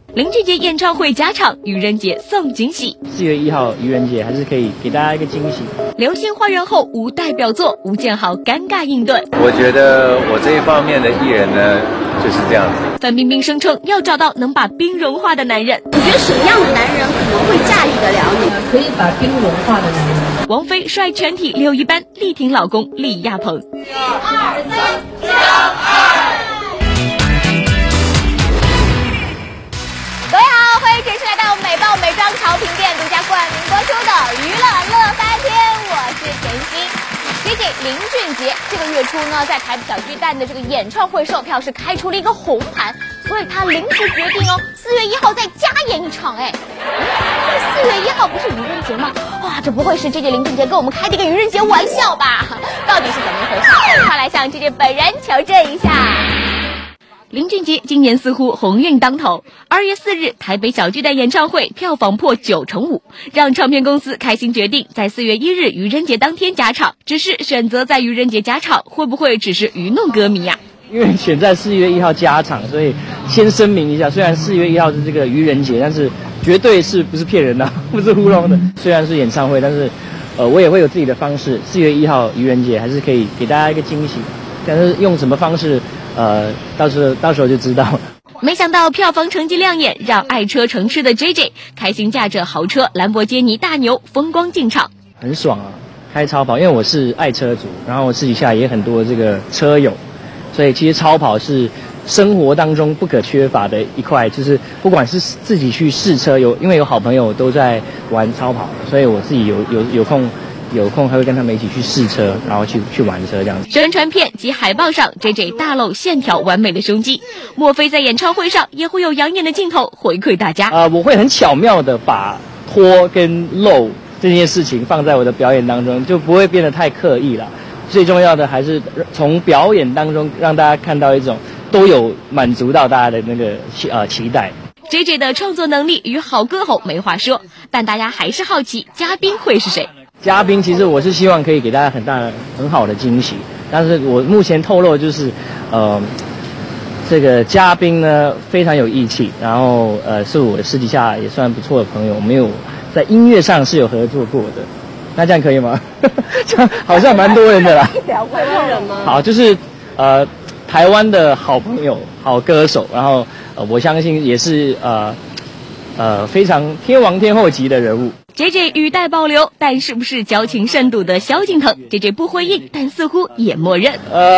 林俊杰演唱会加场，愚人节送惊喜。 4月1号愚人节还是可以给大家一个惊喜。 流星花园后无代表作，吴建豪尴尬应对。 我觉得我这一方面的艺人呢，就是这样子。 范冰冰声称要找到能把冰融化的男人。 你觉得什么样的男人可能会驾驭得了你？ 可以把冰融化的男人。 王菲率全体溜一班力挺老公李亚鹏。1、2、3、相爱。 各位好，欢迎准时来到美爆美妆潮品店独家冠名播出的娱乐乐翻天，我是甜心。JJ 林俊杰这个月初呢，在台北小巨蛋的这个演唱会售票是开出了一个红盘，所以他临时决定哦，4月1号再加演一场。这4月1号不是愚人节吗？哇，这不会是 JJ 林俊杰跟我们开的一个愚人节玩笑吧？到底是怎么一回事？快来向 JJ 本人求证一下。 林俊杰今年似乎鸿运当头，2月4日台北小巨蛋演唱会票房破95%，让唱片公司开心决定在4月1日愚人节当天加场。只是选择在愚人节加场，会不会只是愚弄歌迷呀？ 因为选在4月1号加场，所以先声明一下，虽然4月1号是这个愚人节，但是绝对是不是骗人的，不是糊弄的。虽然是演唱会，但是我也会有自己的方式。4月1号愚人节还是可以给大家一个惊喜，但是用什么方式？到时候就知道了。 没想到票房成绩亮眼，让爱车成痴的 JJ 开心驾着豪车兰博基尼大牛风光进场， 很爽啊！开超跑，因为我是爱车族，然后我私底下也很多这个车友，所以其实超跑是生活当中不可缺乏的一块。就是不管是自己去试车，因为有好朋友都在玩超跑，所以我自己有空还会跟他们一起去试车，然后去玩车这样子。 宣传片及海报上 JJ 大露线条完美的胸肌，莫非在演唱会上也会有养眼的镜头回馈大家？ 我会很巧妙的把脱跟露这件事情放在我的表演当中，就不会变得太刻意了。最重要的还是从表演当中让大家看到一种都有满足到大家的那个期待。 JJ 的创作能力与好歌喉没话说，但大家还是好奇嘉宾会是谁。 嘉宾其实我是希望可以给大家很好的惊喜，但是我目前透露就是，这个嘉宾呢非常有义气，然后是我私底下也算不错的朋友，我们有在音乐上是有合作过的，那这样可以吗？这样好像蛮多人的啦。 台湾人吗？ 好，就是台湾的好朋友、好歌手，然后我相信也是非常天王天后级的人物。 JJ 语带保留，但是不是交情甚笃的萧敬腾 ？JJ 不回应，但似乎也默认。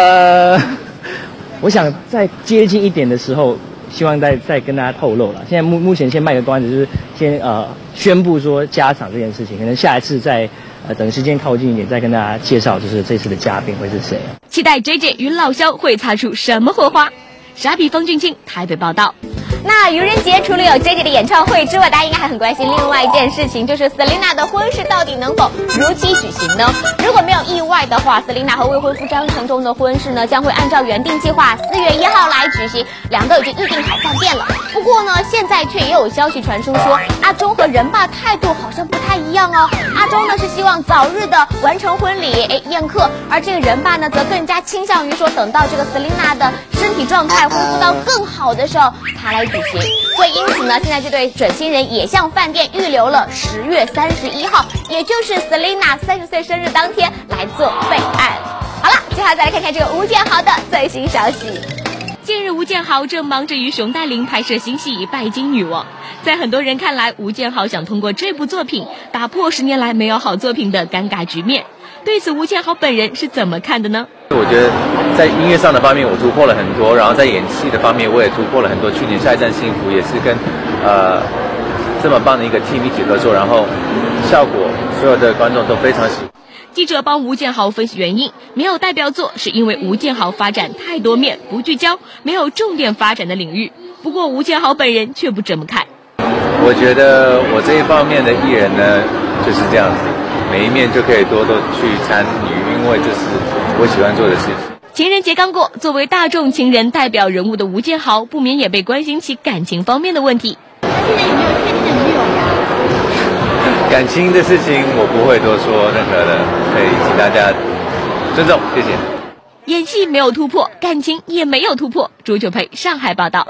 我想在接近一点的时候，希望再跟大家透露了。现在目前先卖个关子，就是先宣布说加场这件事情，可能下一次再等时间靠近一点再跟大家介绍，就是这次的嘉宾会是谁。 期待 JJ 与老萧会擦出什么火花。傻比方俊卿台北报道。 那愚人节除了有 JJ 的演唱会之外，大家应该还很关心另外一件事情，就是 Selina 的婚事到底能否如期举行呢？如果没有意外的话，Selina 和未婚夫张承宗的婚事呢，将会按照原定计划4月1号来举行，两个已经预定好饭店了。不过呢，现在却也有消息传出说，阿中和人爸态度好像不太一样哦。阿中呢是希望早日的完成婚礼，宴客，而这个人爸呢则更加倾向于说，等到这个 Selina 的身体状态恢复到更好的时候才来举行。所以因此呢，现在这对准新人也向饭店预留了10月31号，也就是 Selina 30岁生日当天来做备案。好了，接下来再来看看这个吴建豪的最新消息。 近日吴建豪正忙着与熊黛林拍摄新戏《拜金女王》，在很多人看来，吴建豪想通过这部作品打破10年来没有好作品的尴尬局面。对此吴建豪本人是怎么看的呢？ 我觉得在音乐上的方面我突破了很多，然后在演戏的方面我也突破了很多。去年《下一站幸福》也是跟这么棒的一个 team 一起合作，然后效果所有的观众都非常喜欢。 记者帮吴建豪分析原因，没有代表作是因为吴建豪发展太多面，不聚焦，没有重点发展的领域。不过吴建豪本人却不这么看。 我觉得我这一方面的艺人呢就是这样子，每一面就可以多多去参与，因为这是我喜欢做的事情。 情人节刚过，作为大众情人代表人物的吴建豪，不免也被关心起感情方面的问题。 他现在有没有确定的女友呀？ 感情的事情我不会多说任何的，可以请大家尊重，谢谢。 演戏没有突破，感情也没有突破。朱九培上海报道。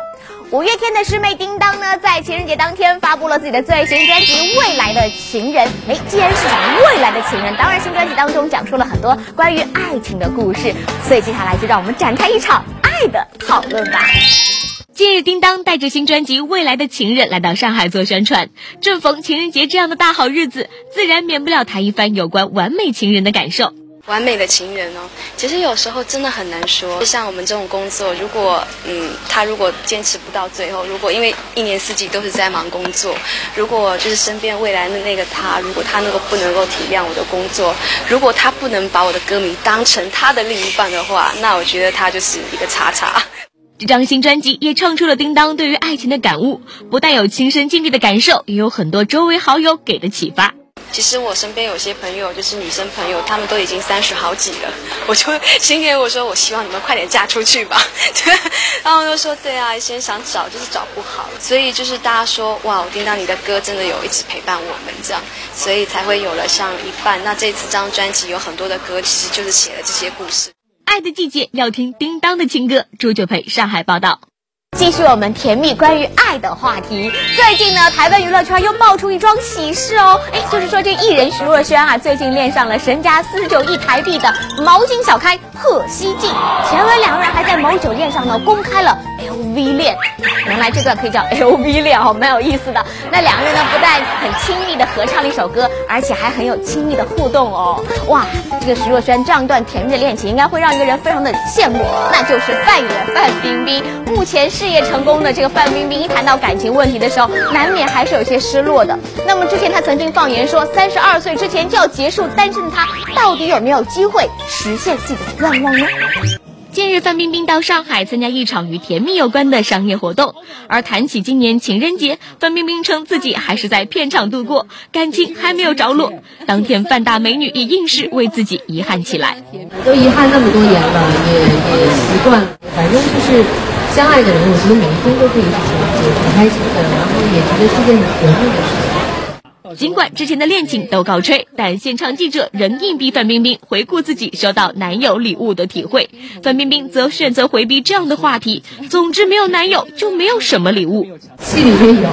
五月天的师妹叮当呢，在情人节当天发布了自己的最新专辑《未来的情人》。既然是讲未来的情人，当然新专辑当中讲述了很多关于爱情的故事，所以接下来就让我们展开一场爱的讨论吧。 近日，叮当带着新专辑《未来的情人》来到上海做宣传。正逢情人节这样的大好日子，自然免不了谈一番有关完美情人的感受。 完美的情人哦，其实有时候真的很难说。就像我们这种工作，如果他如果坚持不到最后，如果因为一年四季都是在忙工作，如果就是身边未来的那个他，如果他不能够体谅我的工作，如果他不能把我的歌迷当成他的另一半的话，那我觉得他就是一个叉叉。 这张新专辑也唱出了叮当对于爱情的感悟，不但有亲身经历的感受，也有很多周围好友给的启发。 其实我身边有些朋友，就是女生朋友，她们都已经30好几了，我就心里我说，我希望你们快点嫁出去吧。然后都说对啊，先想找就是找不好，所以就是大家说哇，我听到你的歌真的有一直陪伴我们这样，所以才会有了像一半。那这次这张专辑有很多的歌，其实就是写了这些故事。 爱的季节要听叮当的情歌。朱九培上海报道。 继续我们甜蜜关于爱的话题。最近呢，台湾娱乐圈又爆出一桩喜事哦，就是说这艺人徐若瑄啊，最近恋上了身价49亿台币的毛巾小开贺熙静。前文两人还在某酒宴上呢公开了 LV 恋，原来这段可以叫 LV 恋哦，蛮有意思的。那两人呢不但很亲密的合唱了一首歌，而且还很有亲密的互动哦。哇，这个徐若瑄这样一段甜蜜的恋情，应该会让一个人非常的羡慕，那就是范冰冰。目前事业成功的这个范冰冰，一谈到感情问题的时候，难免还是有些失落的。那么之前她曾经放言说，32岁之前就要结束单身的她，到底有没有机会实现自己的愿望呢？ 近日，范冰冰到上海参加一场与甜蜜有关的商业活动，而谈起今年情人节，范冰冰称自己还是在片场度过，感情还没有着落。当天范大美女也硬是为自己遗憾起来， 都遗憾那么多年了，也习惯了，反正就是相爱的人，我觉得每一天都可以是情人节，很开心的，然后也觉得是件很容易的事情。 尽管之前的恋情都告吹，但现场记者仍硬逼范冰冰回顾自己收到男友礼物的体会。范冰冰则选择回避这样的话题，总之没有男友就没有什么礼物。 戏里面有，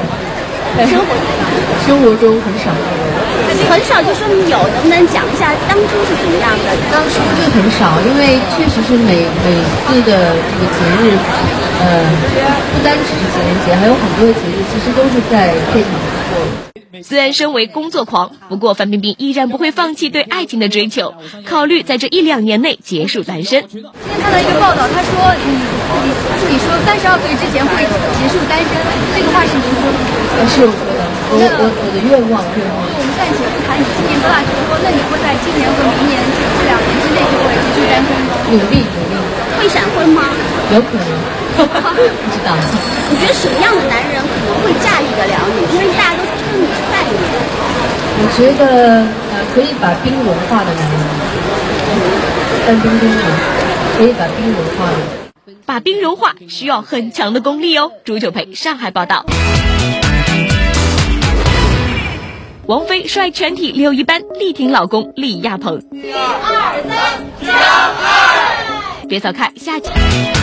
生活中很少。 很少就说你有，能不能讲一下当初是怎么样的？ 当初就很少，因为确实是每次的这个节日，不单只是情人节，还有很多的节日，其实都是在片场度过。 虽然身为工作狂，不过范冰冰依然不会放弃对爱情的追求，考虑在这1-2年内结束单身。 今天看到一个报道，他说你自己说32岁之前会结束单身，这个话是您说的吗？ 是我说的，我的愿望。 我们暂且不谈你今年多大结婚，那你会在今年和明年这2年之内就会结束单身吗？ 努力。 会闪婚吗？ 有可能。不知道。 你觉得什么样的男人可能会驾驭得了你？因为大家都称你是范爷。 我觉得可以把冰融化的男人，范冰冰可以把冰融化的。 把冰融化需要很强的功力哦。朱九培上海报道。王菲率全体6一班力挺老公李亚鹏。1、2、3，相爱。别走开，下集。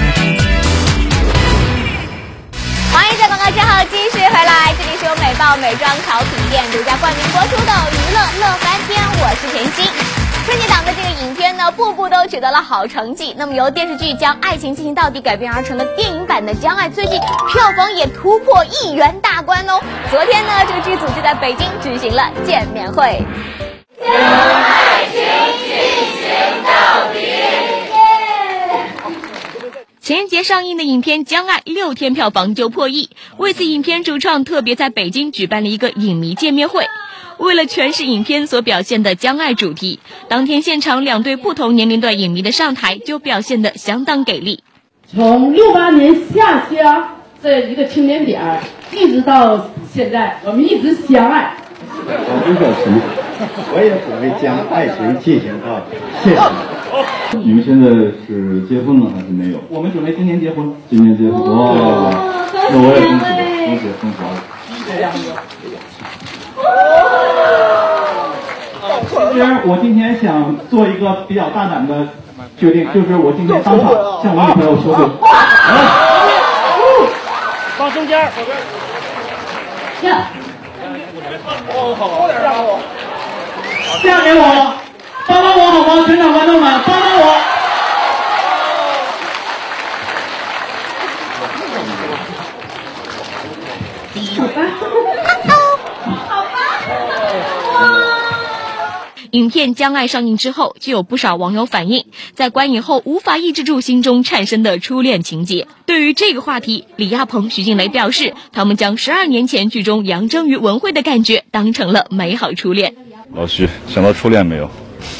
欢迎在广告之后继续回来，这里是由美爆美妆潮品店独家冠名播出的娱乐乐翻天，我是甜心。春节档的这个影片呢，步步都取得了好成绩。那么由电视剧《将爱情进行到底》改编而成的电影版的《将爱》，最近票房也突破1元大关哦。昨天呢，这个剧组就在北京举行了见面会。将爱情进行到底。 情人节上映的影片《将爱》6天票房就破亿，为此影片主创特别在北京举办了一个影迷见面会。为了诠释影片所表现的将爱主题，当天现场2对不同年龄段影迷的上台就表现得相当给力。 从68年下乡这一个青年点一直到现在，我们一直相爱。 我是小陈，我也准备将爱情进行到底。谢谢。 你们现在是结婚了还是没有？我们准备今年结婚。今年结婚，哇！那我也恭喜了。其实我今天想做一个比较大胆的决定，就是我今天当场向我女朋友求婚。 往中间。 下。这样给我，帮帮我好吗？全场观众们，帮帮我。 好吧。哇。 影片《将爱》上映之后，就有不少网友反映，在观影后无法抑制住心中产生的初恋情节。对于这个话题，李亚鹏、徐静蕾表示，他们将12年前剧中杨铮与文慧的感觉当成了美好初恋。 老徐，想到初恋没有？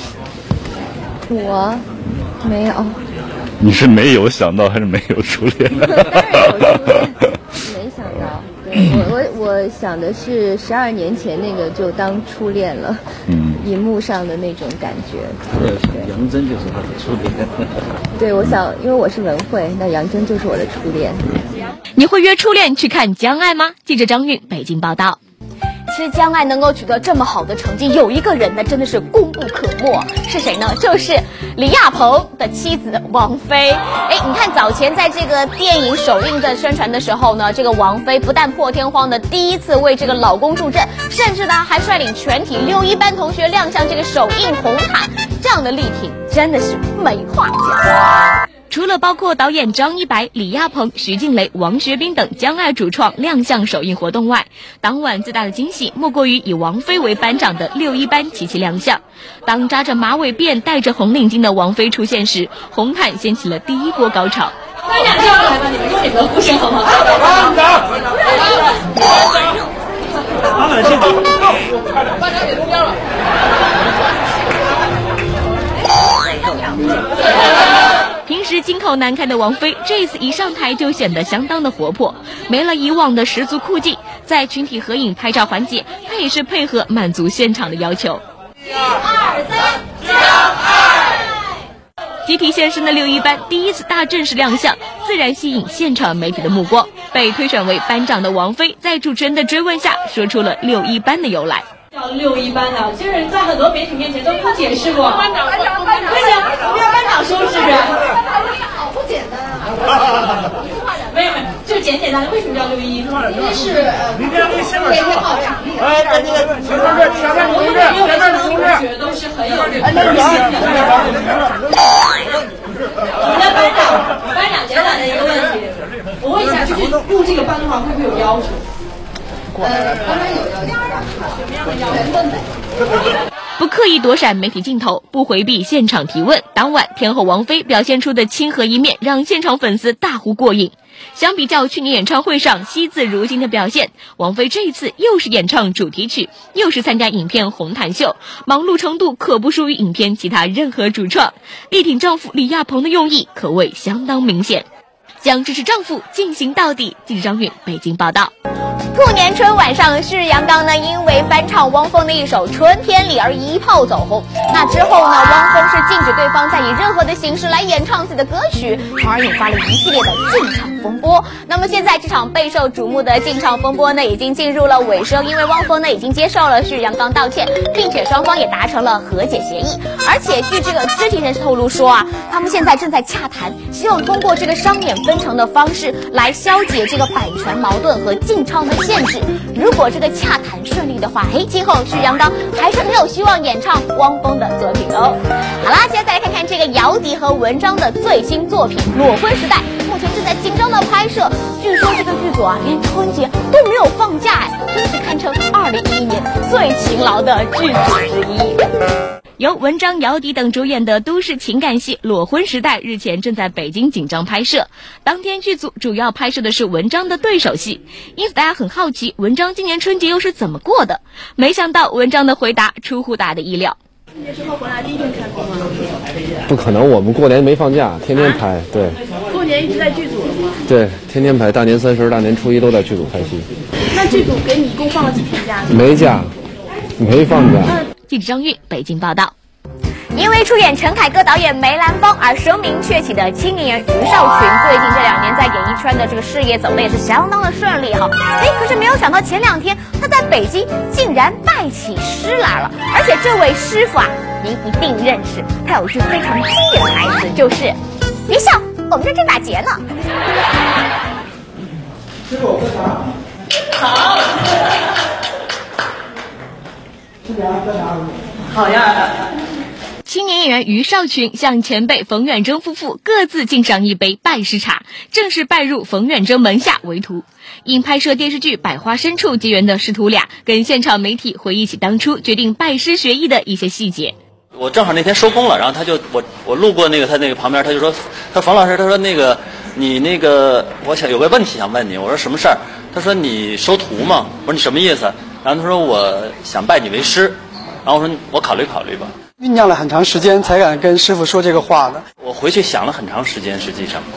我没有。 你是没有想到还是没有初恋？ 当然有初恋，没想到。我想的是12年前那个就当初恋了，荧幕上的那种感觉。 杨铮就是他的初恋。 对，我想，因为我是文慧，那杨铮就是我的初恋。 你会约初恋去看《将爱》吗？记者张韵北京报道。 其实将爱能够取得这么好的成绩，有一个人呢真的是功不可没，是谁呢？就是李亚鹏的妻子王菲。你看早前在这个电影首映的宣传的时候呢，这个王菲不但破天荒的第一次为这个老公助阵，甚至呢还率领全体6·1班同学亮相这个首映红毯，这样的力挺真的是没话讲。 除了包括导演张一白、李亚鹏、徐静蕾、王学兵等将爱主创亮相首映活动外，当晚最大的惊喜莫过于以王菲为班长的6·1班齐齐亮相。当扎着马尾辫、戴着红领巾的王菲出现时，红毯掀起了第一波高潮。 班长上来吧，你们用你们的呼声好吗？ 班长，班长给中间了。 平时金口难开的王菲，这次一上台就显得相当的活泼，没了以往的十足酷劲。在群体合影拍照环节，她也是配合满足现场的要求。1、2、3，将爱！集体现身的6·1班第一次大正式亮相，自然吸引现场媒体的目光。被推选为班长的王菲，在主持人的追问下，说出了6·1班的由来。 叫6·1班的，就是在很多媒体面前都不解释过。班长，不行，不要班长说是不是？好不简单啊！没有，就简简单的，为什么叫6·1？因为是每天好场地。那个前面前面同志，前面同志都是很有这个热心的。我们的班长简短的一个问题，我问一下，就是入这个班的话，会不会有要求？当然有要求，什么样的要求？ 不刻意躲闪媒体镜头，不回避现场提问。当晚天后王菲表现出的亲和一面，让现场粉丝大呼过瘾。相比较去年演唱会上惜字如金的表现，王菲这一次又是演唱主题曲，又是参加影片红毯秀，忙碌程度可不输于影片其他任何主创。力挺丈夫李亚鹏的用意可谓相当明显，将支持丈夫进行到底。记者张韵北京报道。 兔年春晚上，旭日阳刚呢，因为翻唱汪峰的一首《春天里》而一炮走红。那之后呢，汪峰是禁止对方再以任何的形式来演唱自己的歌曲，从而引发了一系列的禁唱风波。那么现在这场备受瞩目的禁唱风波呢，已经进入了尾声，因为汪峰呢已经接受了旭日阳刚道歉，并且双方也达成了和解协议。而且据这个知情人士透露说啊，他们现在正在洽谈，希望通过这个商演分成的方式来消解这个版权矛盾和禁唱的限制。如果这个洽谈顺利的话，今后旭日阳刚还是很有希望演唱汪峰的作品哦。好啦，接下来看看这个姚笛和文章的最新作品《裸婚时代》，目前正在紧张的拍摄。据说这个剧组啊，连春节都没有放假，真是堪称2011年最勤劳的剧组之一。 由文章、姚笛等主演的都市情感戏《裸婚时代》日前正在北京紧张拍摄。当天剧组主要拍摄的是文章的对手戏，因此大家很好奇文章今年春节又是怎么过的。没想到文章的回答出乎大家的意料。 春节之后回来第一天开工吗？ 不可能，我们过年没放假，天天拍。对， 过年一直在剧组了吗？ 对，天天拍，大年30、大年初1都在剧组拍戏。 那剧组给你一共放了几天假？ 没假，没放假。 记者张韵北京报道。 因为出演陈凯歌导演梅兰芳而声名鹊起的青年人于少群，最近这2年在演艺圈的这个事业走的也是相当的顺利哈。可是没有想到前2天他在北京竟然拜起师来了，而且这位师傅啊，您一定认识，他有一句非常经典的台词，就是别笑，我们这正打劫呢。 师傅喝茶。 好。 吃点喝茶。 好呀。 青年演员于少群向前辈冯远征夫妇各自敬上一杯拜师茶，正式拜入冯远征门下为徒。因拍摄电视剧《百花深处》结缘的师徒俩，跟现场媒体回忆起当初决定拜师学艺的一些细节。 我正好那天收工了，然后他就我路过他那个旁边，他就说，他说冯老师，他说你我想有个问题想问你。我说什么事儿？他说你收徒吗？我说你什么意思？然后他说我想拜你为师，然后我说我考虑考虑吧。 酝酿了很长时间才敢跟师傅说这个话的。 我回去想了很长时间，实际上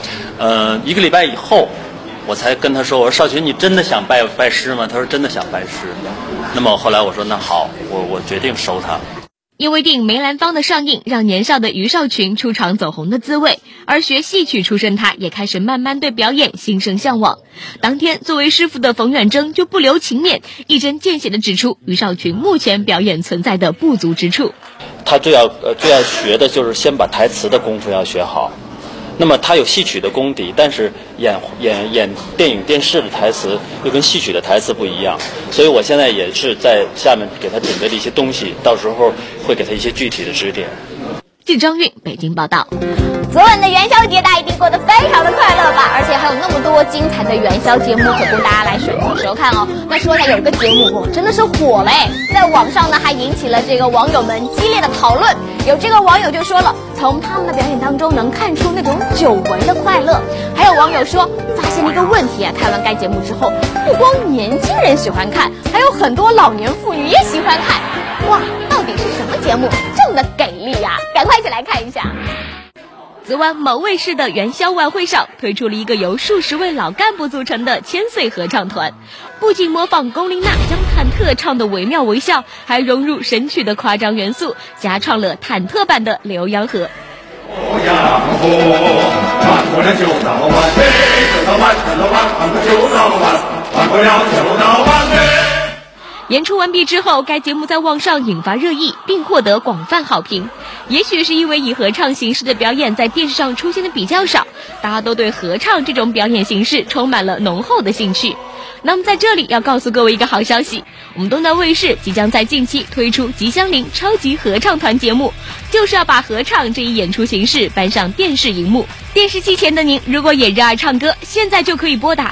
，1个礼拜以后，我才跟他说，我说少群，你真的想拜师吗？他说真的想拜师。那么后来我说那好，我决定收他。 因为电影《梅兰芳》的上映，让年少的于少群出场走红的滋味，而学戏曲出身他也开始慢慢对表演心生向往。当天作为师傅的冯远征就不留情面，一针见血地指出于少群目前表演存在的不足之处。 他最要学的就是先把台词的功夫要学好。那么他有戏曲的功底，但是演电影电视的台词又跟戏曲的台词不一样，所以我现在也是在下面给他准备了一些东西，到时候会给他一些具体的指点。 记者张韵北京报道。 昨晚的元宵节，大家一定过得非常的快乐吧？而且还有那么多精彩的元宵节目可供大家来选择收看哦。那说一下，有一个节目真的是火了哎，在网上呢还引起了这个网友们激烈的讨论。有这个网友就说了，从他们的表演当中能看出那种久违的快乐。还有网友说，发现了一个问题啊，看完该节目之后，不光年轻人喜欢看，还有很多老年妇女也喜欢看。哇，到底是什么节目这么的给力呀？赶快一起来看一下。 昨晚某卫视的元宵晚会上推出了一个由数十位老干部组成的千岁合唱团，不仅模仿龚琳娜将忐忑唱得惟妙惟肖，还融入神曲的夸张元素，加唱了忐忑版的《浏阳河》。 浏阳河，翻过了九道弯，九道弯，九道弯，翻过九道弯，翻过了九道弯。 演出完毕之后，该节目在网上引发热议，并获得广泛好评。也许是因为以合唱形式的表演在电视上出现的比较少，大家都对合唱这种表演形式充满了浓厚的兴趣。那么在这里要告诉各位一个好消息，我们东南卫视即将在近期推出吉祥林超级合唱团节目，就是要把合唱这一演出形式搬上电视荧幕。电视机前的您如果也热爱唱歌，现在就可以拨打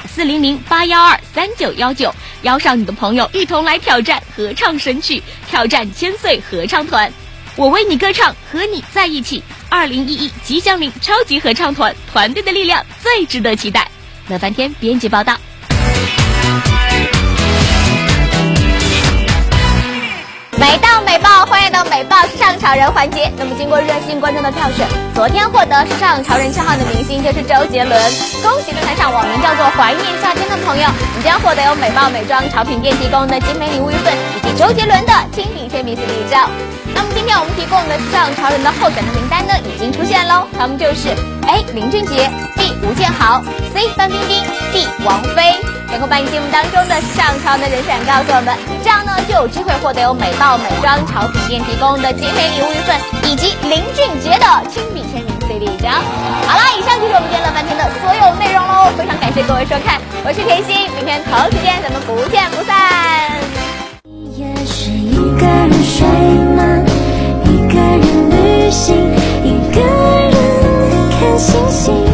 400-812-3919，邀上你的朋友一同来挑战合唱神曲，挑战千岁合唱团。我为你歌唱，和你在一起。2011吉祥林超级合唱团，团队的力量最值得期待。乐翻天编辑报道。 美到美爆，欢迎到美爆时尚潮人环节。那么经过热心观众的票选，昨天获得时尚潮人7号的明星就是周杰伦。恭喜论坛上网名叫做怀念夏天的朋友，你将获得由美爆美妆潮品店提供的精美礼物一份，以及周杰伦的亲笔签名4立照。那么今天我们提供的时尚潮人的候选的名单呢，已经出现喽，他们就是 A 林俊杰， B 吴建豪， C 范冰冰， D 王菲。赶快把你节目当中的时尚潮人的人选告诉我们，这样呢就有机会获得由美爆美妆潮品店提供的精美礼物一份，以及林俊杰的亲笔签名CD 一张。好啦，以上就是我们今天乐翻天的所有内容喽，非常感谢各位收看，我是甜心，明天同时间咱们不见不散。 也是一个人睡吗？一个人旅行，一个人看星星。